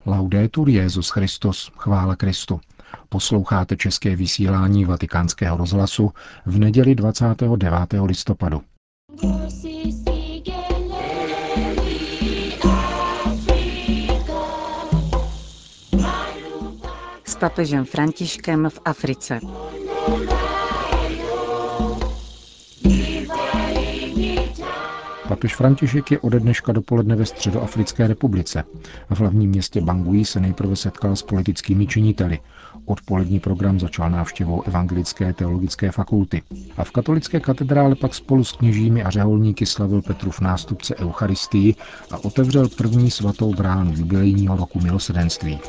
Laudetur Jesus Christus, chvála Kristu. Posloucháte české vysílání Vatikánského rozhlasu v neděli 29. listopadu. S papežem Františkem v Africe. Papež František je ode dneška dopoledne ve Středoafrické republice. V hlavním městě Bangui se nejprve setkal s politickými činiteli. Odpolední program začal návštěvou Evangelické teologické fakulty. A v katolické katedrále pak spolu s kněžími a řeholníky slavil Petrův nástupce Eucharistii a otevřel první svatou bránu jubilejního roku milosrdenství.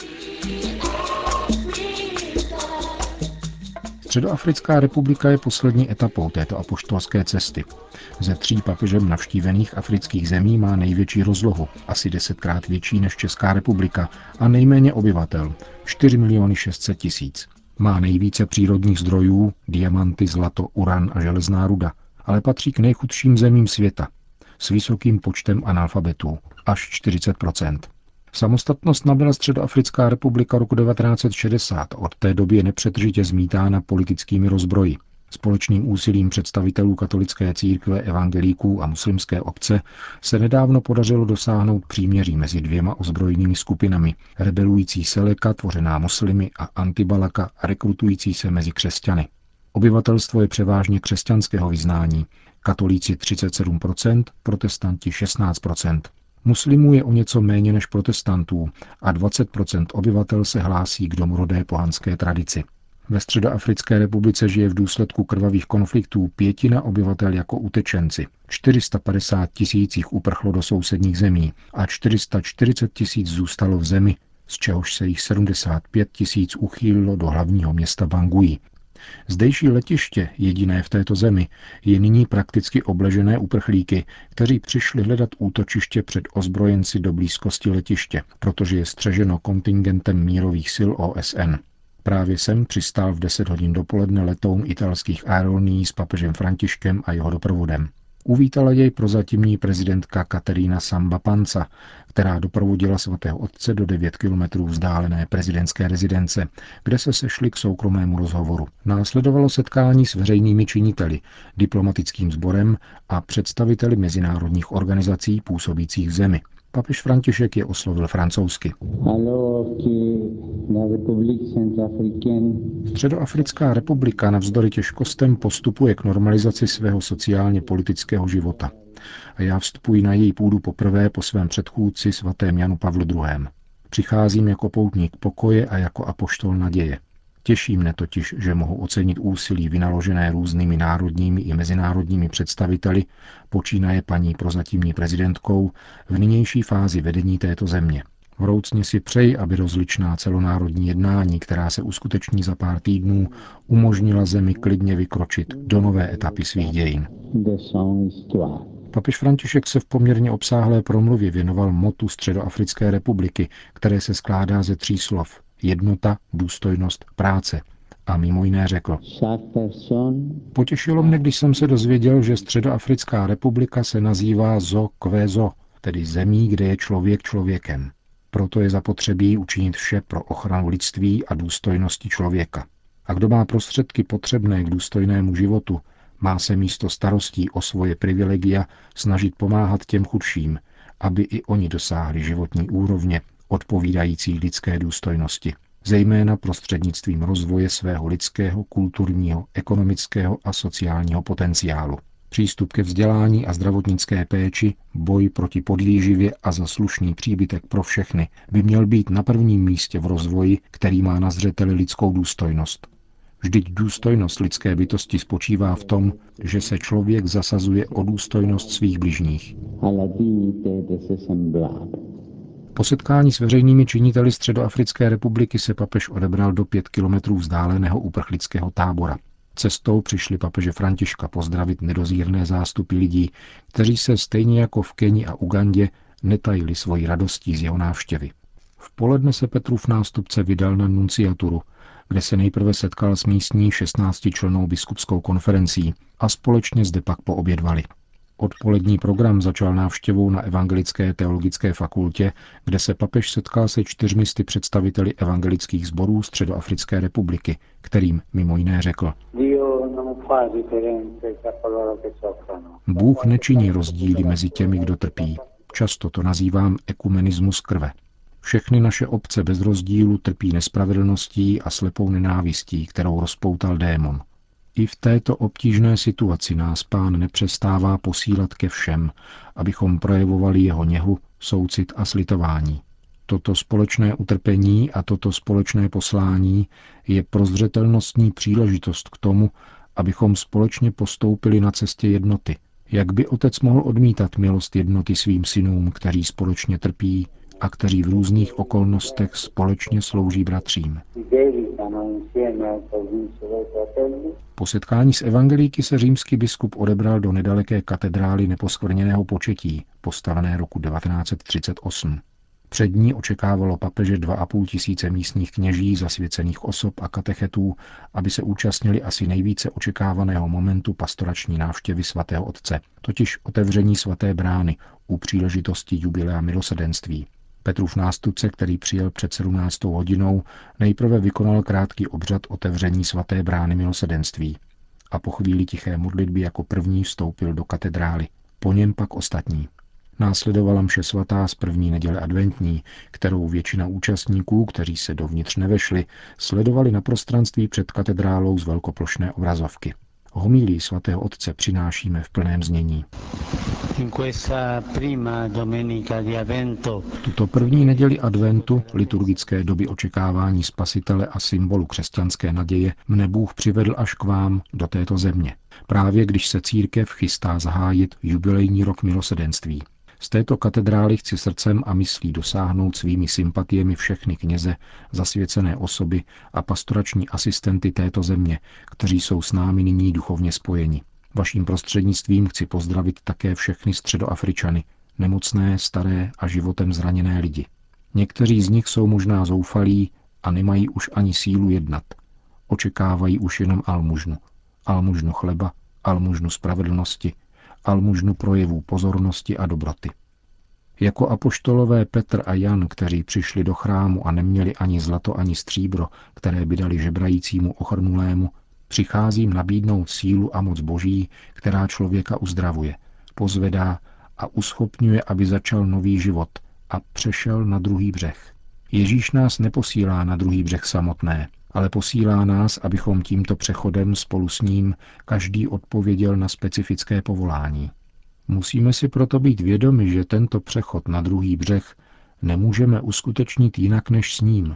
Středoafrická republika je poslední etapou této apoštolské cesty. Ze 3 papežem navštívených afrických zemí má největší rozlohu, asi 10krát větší než Česká republika, a nejméně obyvatel, 4 600 000. Má nejvíce přírodních zdrojů, diamanty, zlato, uran a železná ruda, ale patří k nejchudším zemím světa, s vysokým počtem analfabetů, až 40%. Samostatnost nabyla Středoafrická republika roku 1960 a od té doby je nepřetržitě zmítána politickými rozbroji. Společným úsilím představitelů katolické církve, evangelíků a muslimské obce se nedávno podařilo dosáhnout příměří mezi 2 ozbrojenými skupinami, rebelující Seleka, tvořená muslimy, a Antibalaka, rekrutující se mezi křesťany. Obyvatelstvo je převážně křesťanského vyznání, katolíci 37%, protestanti 16%. Muslimů je o něco méně než protestantů a 20% obyvatel se hlásí k domorodé pohanské tradici. Ve Středoafrické republice žije v důsledku krvavých konfliktů 1/5 obyvatel jako utečenci. 450 000 jich uprchlo do sousedních zemí a 440 000 zůstalo v zemi, z čehož se jich 75 000 uchýlilo do hlavního města Bangui. Zdejší letiště, jediné v této zemi, je nyní prakticky obležené uprchlíky, kteří přišli hledat útočiště před ozbrojenci do blízkosti letiště, protože je střeženo kontingentem mírových sil OSN. Právě sem přistál v 10 hodin dopoledne letoun italských aerolinií s papežem Františkem a jeho doprovodem. Uvítala jej prozatímní prezidentka Caterina Samba Panza, která doprovodila svatého otce do 9 kilometrů vzdálené prezidentské rezidence, kde se sešli k soukromému rozhovoru. Následovalo setkání s veřejnými činiteli, diplomatickým sborem a představiteli mezinárodních organizací působících v zemi. Papež František je oslovil francouzsky. Středoafrická republika navzdory těžkostem postupuje k normalizaci svého sociálně-politického života. A já vstupuji na její půdu poprvé po svém předchůdci svatém Janu Pavlu II. Přicházím jako poutník pokoje a jako apoštol naděje. Těší mne totiž, že mohu ocenit úsilí vynaložené různými národními i mezinárodními představiteli, počínaje paní prozatímní prezidentkou, v nynější fázi vedení této země. Vroucně si přeji, aby rozličná celonárodní jednání, která se uskuteční za pár týdnů, umožnila zemi klidně vykročit do nové etapy svých dějin. Papež František se v poměrně obsáhlé promluvě věnoval motu Středoafrické republiky, které se skládá ze 3 slov: jednota, důstojnost, práce. A mimo jiné řekl: Potěšilo mne, když jsem se dozvěděl, že Středoafrická republika se nazývá Zo Kwe Zo, tedy zemí, kde je člověk člověkem. Proto je zapotřebí učinit vše pro ochranu lidství a důstojnosti člověka. A kdo má prostředky potřebné k důstojnému životu, má se místo starostí o svoje privilegia snažit pomáhat těm chudším, aby i oni dosáhli životní úrovně odpovídající lidské důstojnosti, zejména prostřednictvím rozvoje svého lidského, kulturního, ekonomického a sociálního potenciálu. Přístup ke vzdělání a zdravotnické péči, boj proti podvýživě a za slušný příbytek pro všechny by měl být na prvním místě v rozvoji, který má na zřeteli lidskou důstojnost. Vždyť důstojnost lidské bytosti spočívá v tom, že se člověk zasazuje o důstojnost svých bližních. Po setkání s veřejnými činiteli Středoafrické republiky se papež odebral do 5 kilometrů vzdáleného uprchlického tábora. Cestou přišli papeže Františka pozdravit nedozírné zástupy lidí, kteří se stejně jako v Keni a Ugandě netajili svojí radostí z jeho návštěvy. V poledne se Petrův nástupce vydal na nunciaturu, kde se nejprve setkal s místní 16člennou biskupskou konferencí a společně zde pak poobědvali. Odpolední program začal návštěvou na Evangelické teologické fakultě, kde se papež setkal se 400 představiteli evangelických sborů Středoafrické republiky, kterým mimo jiné řekl: Bůh nečiní rozdíly mezi těmi, kdo trpí. Často to nazývám ekumenismus krve. Všechny naše obce bez rozdílu trpí nespravedlností a slepou nenávistí, kterou rozpoutal démon. I v této obtížné situaci nás Pán nepřestává posílat ke všem, abychom projevovali jeho něhu, soucit a slitování. Toto společné utrpení a toto společné poslání je prozřetelnostní příležitost k tomu, abychom společně postoupili na cestě jednoty. Jak by otec mohl odmítat milost jednoty svým synům, kteří společně trpí a kteří v různých okolnostech společně slouží bratřím? Po setkání s evangelíky se římský biskup odebral do nedaleké katedrály Neposkvrněného početí, postavené roku 1938. Před ní očekávalo papeže 2,5 tisíce místních kněží, zasvěcených osob a katechetů, aby se účastnili asi nejvíce očekávaného momentu pastorační návštěvy svatého otce, totiž otevření svaté brány u příležitosti jubilea milosrdenství. Petrův nástupce, který přijel před 17. hodinou, nejprve vykonal krátký obřad otevření svaté brány milosrdenství a po chvíli tiché modlitby jako první vstoupil do katedrály, po něm pak ostatní. Následovala mše svatá z první neděle adventní, kterou většina účastníků, kteří se dovnitř nevešli, sledovali na prostranství před katedrálou z velkoplošné obrazovky. Homilii svatého otce přinášíme v plném znění. Tuto první neděli adventu, liturgické doby očekávání Spasitele a symbolu křesťanské naděje, mne Bůh přivedl až k vám, do této země, právě když se církev chystá zahájit jubilejní rok milosrdenství. Z této katedrály chci srdcem a myslí dosáhnout svými sympatiemi všechny kněze, zasvěcené osoby a pastorační asistenty této země, kteří jsou s námi nyní duchovně spojeni. Vaším prostřednictvím chci pozdravit také všechny Středoafričany, nemocné, staré a životem zraněné lidi. Někteří z nich jsou možná zoufalí a nemají už ani sílu jednat. Očekávají už jenom almužnu. Almužnu chleba, almužnu spravedlnosti, almužnu projevů pozornosti a dobroty. Jako apoštolové Petr a Jan, kteří přišli do chrámu a neměli ani zlato, ani stříbro, které by dali žebrajícímu ochrnulému, přicházím nabídnout sílu a moc Boží, která člověka uzdravuje, pozvedá a uschopňuje, aby začal nový život a přešel na druhý břeh. Ježíš nás neposílá na druhý břeh samotné, ale posílá nás, abychom tímto přechodem spolu s ním každý odpověděl na specifické povolání. Musíme si proto být vědomi, že tento přechod na druhý břeh nemůžeme uskutečnit jinak než s ním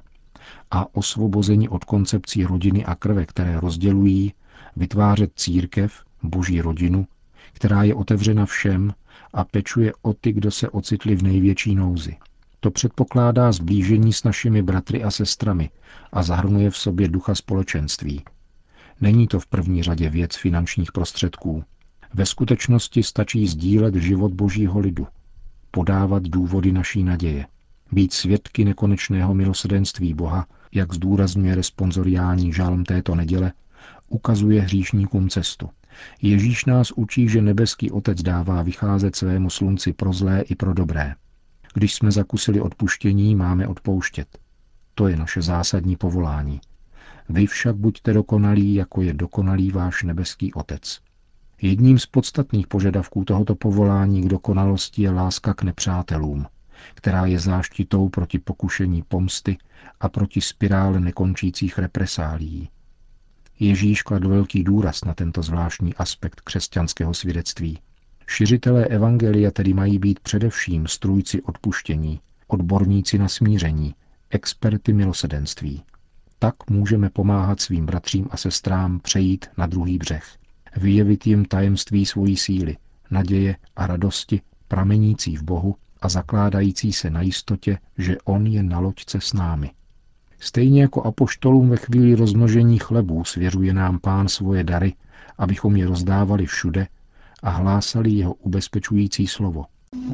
a osvobození od koncepcí rodiny a krve, které rozdělují, vytvářet církev, Boží rodinu, která je otevřena všem a pečuje o ty, kdo se ocitli v největší nouzi. To předpokládá sblížení s našimi bratry a sestrami a zahrnuje v sobě ducha společenství. Není to v první řadě věc finančních prostředků. Ve skutečnosti stačí sdílet život Božího lidu, podávat důvody naší naděje, být svědky nekonečného milosrdenství Boha, jak zdůrazňuje responsoriální žalm této neděle, ukazuje hříšníkům cestu. Ježíš nás učí, že nebeský Otec dává vycházet svému slunci pro zlé i pro dobré. Když jsme zakusili odpuštění, máme odpouštět. To je naše zásadní povolání. Vy však buďte dokonalí, jako je dokonalý váš nebeský Otec. Jedním z podstatných požadavků tohoto povolání k dokonalosti je láska k nepřátelům, která je záštitou proti pokušení pomsty a proti spirále nekončících represálií. Ježíš kladl velký důraz na tento zvláštní aspekt křesťanského svědectví. Šiřitelé evangelia tedy mají být především strůjci odpuštění, odborníci na smíření, experty milosrdenství. Tak můžeme pomáhat svým bratřím a sestrám přejít na druhý břeh, vyjevit jim tajemství svojí síly, naděje a radosti, pramenící v Bohu a zakládající se na jistotě, že On je na loďce s námi. Stejně jako apoštolům ve chvíli rozmnožení chlebů svěřuje nám Pán svoje dary, abychom je rozdávali všude a hlásali jeho ubezpečující slovo.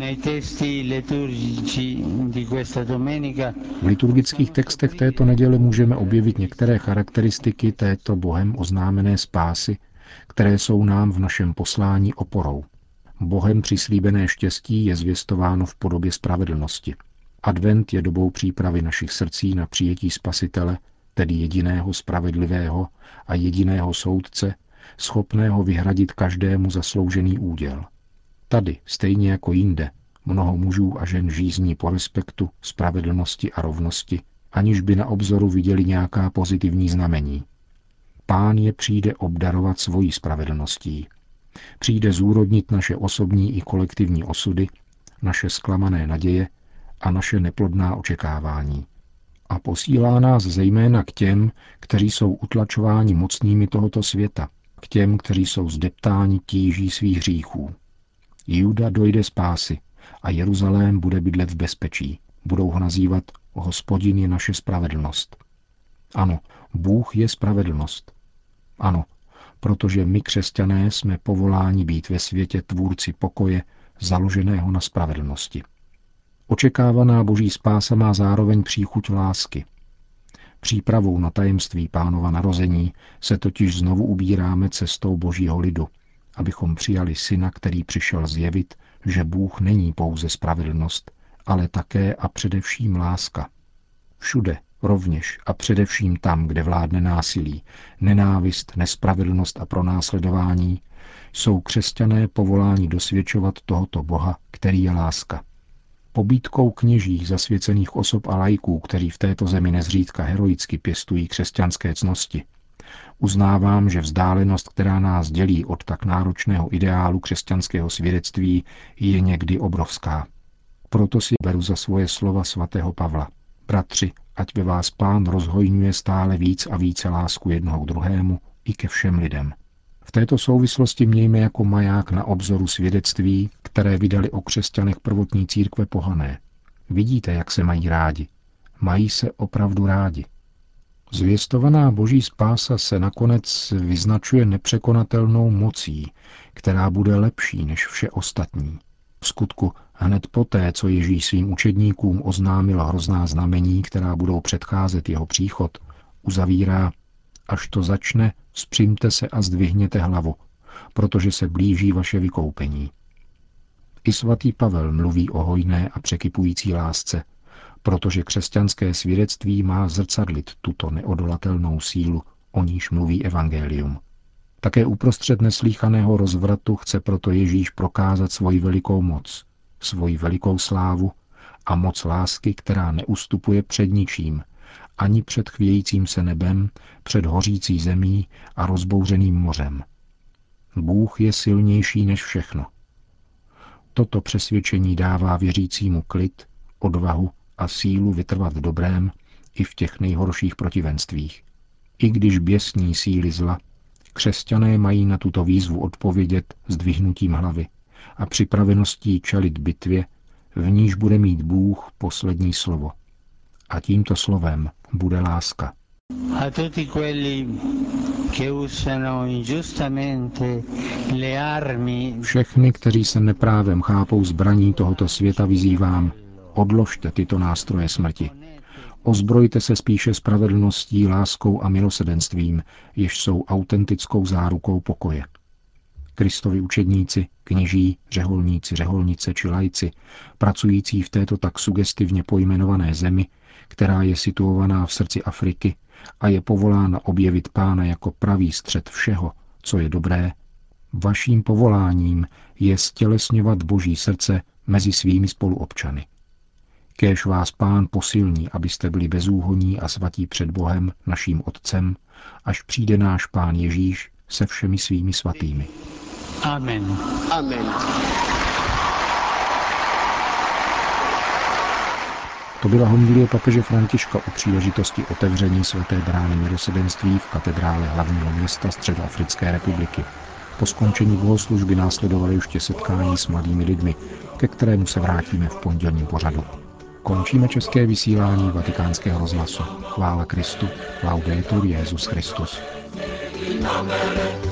V liturgických textech této neděle můžeme objevit některé charakteristiky této Bohem oznámené spásy, které jsou nám v našem poslání oporou. Bohem přislíbené štěstí je zvěstováno v podobě spravedlnosti. Advent je dobou přípravy našich srdcí na přijetí Spasitele, tedy jediného spravedlivého a jediného soudce, schopného vyhradit každému zasloužený úděl. Tady, stejně jako jinde, mnoho mužů a žen žízní po respektu, spravedlnosti a rovnosti, aniž by na obzoru viděli nějaká pozitivní znamení. Pán je přijde obdarovat svojí spravedlností. Přijde zúrodnit naše osobní i kolektivní osudy, naše zklamané naděje a naše neplodná očekávání. A posílá nás zejména k těm, kteří jsou utlačováni mocnými tohoto světa, k těm, kteří jsou zdeptáni tíží svých hříchů. Juda dojde spásy a Jeruzalém bude bydlet v bezpečí. Budou ho nazývat Hospodin je naše spravedlnost. Ano, Bůh je spravedlnost. Ano, protože my, křesťané, jsme povoláni být ve světě tvůrci pokoje, založeného na spravedlnosti. Očekávaná boží spása má zároveň příchuť lásky. Přípravou na tajemství Pánova narození se totiž znovu ubíráme cestou božího lidu, abychom přijali syna, který přišel zjevit, že Bůh není pouze spravedlnost, ale také a především láska. Všude, rovněž a především tam, kde vládne násilí, nenávist, nespravedlnost a pronásledování, jsou křesťané povoláni dosvědčovat tohoto Boha, který je láska. Pobídkou kněží, zasvěcených osob a laiků, kteří v této zemi nezřídka heroicky pěstují křesťanské ctnosti, uznávám, že vzdálenost, která nás dělí od tak náročného ideálu křesťanského svědectví, je někdy obrovská. Proto si beru za svoje slova svatého Pavla. Bratři, ať ve vás Pán rozhojňuje stále víc a více lásku jednoho k druhému i ke všem lidem. V této souvislosti mějme jako maják na obzoru svědectví, které vydali o křesťanech prvotní církve pohané. Vidíte, jak se mají rádi. Mají se opravdu rádi. Zvěstovaná boží spása se nakonec vyznačuje nepřekonatelnou mocí, která bude lepší než vše ostatní. V skutku hned poté, co Ježíš svým učedníkům oznámil hrozná znamení, která budou předcházet jeho příchod, uzavírá: až to začne, vzpřimte se a zdvihněte hlavu, protože se blíží vaše vykoupení. I svatý Pavel mluví o hojné a překypující lásce, protože křesťanské svědectví má zrcadlit tuto neodolatelnou sílu, o níž mluví evangelium. Také uprostřed neslýchaného rozvratu chce proto Ježíš prokázat svoji velikou moc, svoji velikou slávu a moc lásky, která neustupuje před ničím, ani před chvějícím se nebem, před hořící zemí a rozbouřeným mořem. Bůh je silnější než všechno. Toto přesvědčení dává věřícímu klid, odvahu a sílu vytrvat v dobrém i v těch nejhorších protivenstvích. I když běsní síly zla, křesťané mají na tuto výzvu odpovědět zdvihnutím hlavy a připraveností čelit bitvě, v níž bude mít Bůh poslední slovo. A tímto slovem bude láska. A tutti quelli che usano ingiustamente le armi. Všechny, kteří se neprávem chápou zbraní tohoto světa, vyzývám: odložte tyto nástroje smrti. Ozbrojte se spíše spravedlností, láskou a milosrdenstvím, jež jsou autentickou zárukou pokoje. Kristovi učedníci, kněží, řeholníci, řeholnice či laici, pracující v této tak sugestivně pojmenované zemi, která je situovaná v srdci Afriky a je povolána objevit Pána jako pravý střed všeho, co je dobré, vaším povoláním je stělesňovat Boží srdce mezi svými spoluobčany. Kéž vás Pán posilní, abyste byli bezúhonní a svatí před Bohem, naším Otcem, až přijde náš Pán Ježíš se všemi svými svatými. Amen. Amen. To byla homilie papeže Františka u příležitosti otevření svaté brány milosrdenství v katedrále hlavního města Středoafrické republiky. Po skončení bohoslužby následovaly ještě setkání s mladými lidmi, ke kterému se vrátíme v pondělním pořadu. Končíme české vysílání Vatikánského rozhlasu. Chvála Kristu, laudetur Jesus Christus.